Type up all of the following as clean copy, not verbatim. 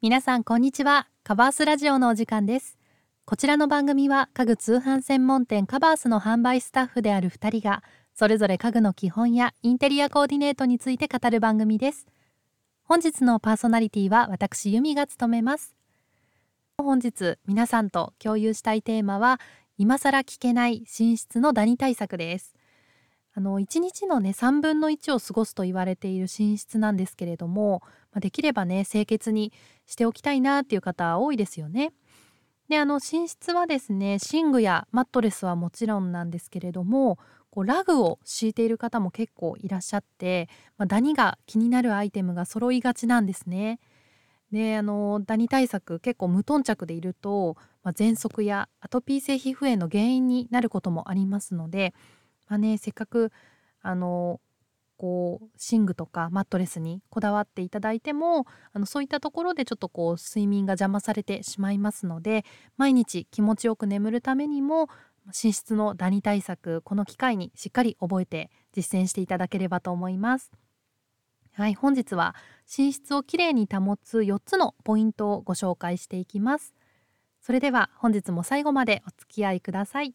皆さんこんにちは。カバースラジオのお時間です。こちらの番組は家具通販専門店カバースの販売スタッフである2人がそれぞれ家具の基本やインテリアコーディネートについて語る番組です。本日のパーソナリティは私ユミが務めます。本日皆さんと共有したいテーマは今更聞けない寝室のダニ対策です。1日のね3分の1を過ごすと言われている寝室なんですけれども、できればね清潔にしておきたいなっていう方多いですよね。で寝室はですね、寝具やマットレスはもちろんなんですけれども、ラグを敷いている方も結構いらっしゃって、ダニが気になるアイテムが揃いがちなんですね。でダニ対策結構無頓着でいると、喘息やアトピー性皮膚炎の原因になることもありますので、せっかくあの寝具とかマットレスにこだわっていただいても、そういったところでちょっと睡眠が邪魔されてしまいますので、毎日気持ちよく眠るためにも寝室のダニ対策、この機会にしっかり覚えて実践していただければと思います。はい、本日は寝室をきれいに保つ4つのポイントをご紹介していきます。それでは本日も最後までお付き合いください。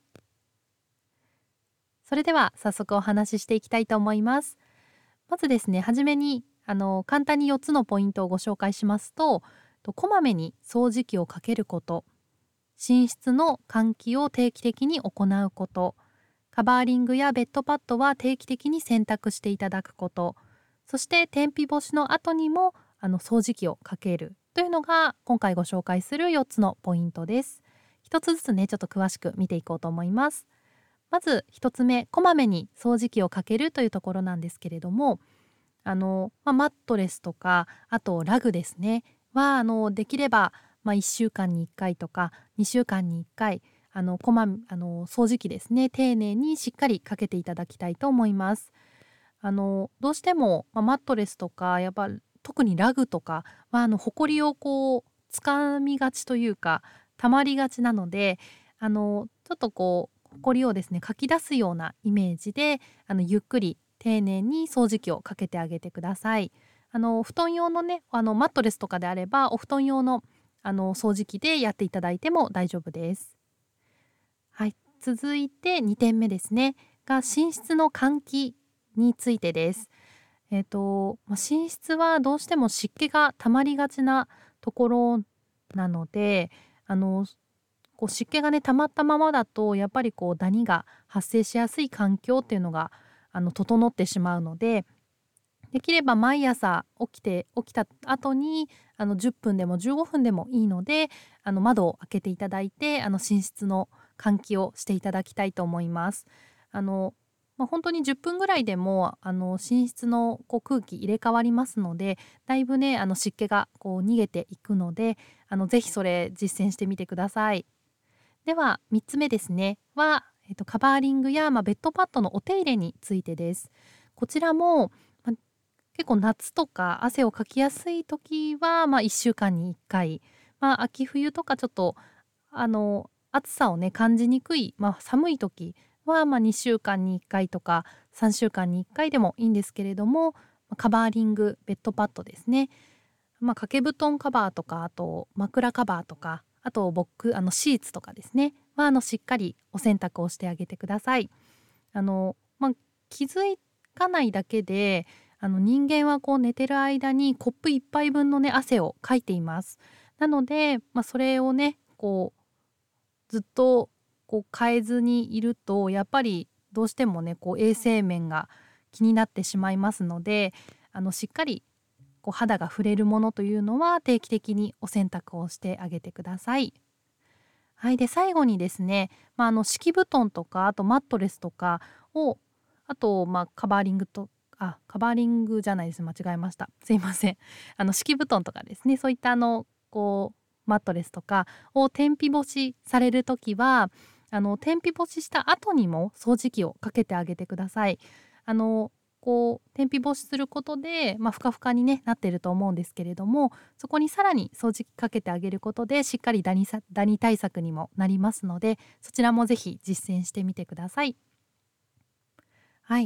それでは早速お話ししていきたいと思います。まずですね、はじめに簡単に4つのポイントをご紹介しますと、こまめに掃除機をかけること、寝室の換気を定期的に行うこと、カバーリングやベッドパッドは定期的に洗濯していただくこと、そして天日干しの後にも掃除機をかけるというのが今回ご紹介する4つのポイントです。一つずつねちょっと詳しく見ていこうと思います。まず1つ目、こまめに掃除機をかけるというところなんですけれども、マットレスとかあとラグですねはできれば、1週間に1回とか2週間に1回掃除機ですね、丁寧にしっかりかけていただきたいと思います。どうしても、マットレスとかやっぱ特にラグとかはほこりをつかみがちというか溜まりがちなので、ちょっとほこりをですねかき出すようなイメージでゆっくり丁寧に掃除機をかけてあげてください。布団用のねマットレスとかであればお布団用の掃除機でやっていただいても大丈夫です。はい、続いて2点目ですねが寝室の換気についてです。寝室はどうしても湿気がたまりがちなところなので、湿気がね溜まったままだとやっぱりダニが発生しやすい環境っていうのが整ってしまうので、できれば毎朝起きた後に10分でも15分でもいいので窓を開けていただいて寝室の換気をしていただきたいと思います。本当に10分ぐらいでも寝室の空気入れ替わりますので、だいぶね湿気が逃げていくのでぜひそれ実践してみてください。では3つ目ですねは、カバーリングや、ベッドパッドのお手入れについてです。こちらも、結構夏とか汗をかきやすい時は、1週間に1回、秋冬とかちょっと暑さをね感じにくい、寒い時は、2週間に1回とか3週間に1回でもいいんですけれども、カバーリングベッドパッドですね、掛け布団カバーとかあと枕カバーとかあとシーツとかですねはしっかりお洗濯をしてあげてください。気づかないだけで人間は寝てる間にコップ一杯分のね汗をかいています。なので、それをねずっと変えずにいるとやっぱりどうしてもね衛生面が気になってしまいますので、しっかり肌が触れるものというのは定期的にお洗濯をしてあげてください。はい、で最後にですね、敷布団とかあとマットレスとかをあとカバーリングじゃないです、間違えました、すいません。敷布団とかですね、そういったマットレスとかを天日干しされる時は天日干しした後にも掃除機をかけてあげてください。天日干しすることで、ふかふかに、なっていると思うんですけれども、そこにさらに掃除機かけてあげることでしっかりダニ対策にもなりますので、そちらもぜひ実践してみてください。はい、こ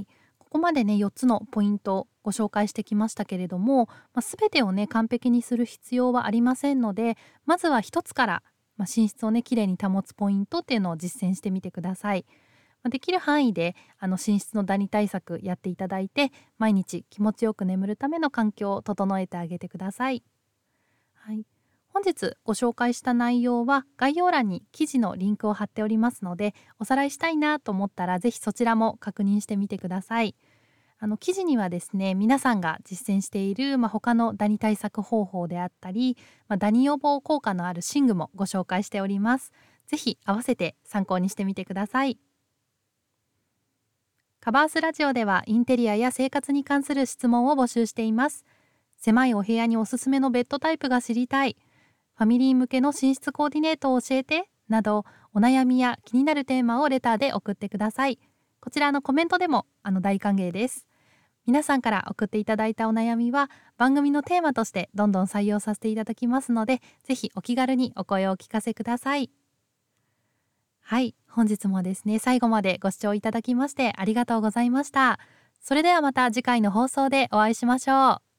ここまでね4つのポイントをご紹介してきましたけれども、全てをね完璧にする必要はありませんので、まずは一つから、寝室をねきれいに保つポイントっていうのを実践してみてください。できる範囲で寝室のダニ対策やっていただいて、毎日気持ちよく眠るための環境を整えてあげてください。はい、本日ご紹介した内容は概要欄に記事のリンクを貼っておりますので、おさらいしたいなと思ったらぜひそちらも確認してみてください。記事にはですね、皆さんが実践している、他のダニ対策方法であったり、ダニ予防効果のある寝具もご紹介しております。ぜひ合わせて参考にしてみてください。カバースラジオではインテリアや生活に関する質問を募集しています。狭いお部屋におすすめのベッドタイプが知りたい、ファミリー向けの寝室コーディネートを教えてなど、お悩みや気になるテーマをレターで送ってください。こちらのコメントでも大歓迎です。皆さんから送っていただいたお悩みは番組のテーマとしてどんどん採用させていただきますので、ぜひお気軽にお声をお聞かせください。はい、本日もですね最後までご視聴いただきましてありがとうございました。それではまた次回の放送でお会いしましょう。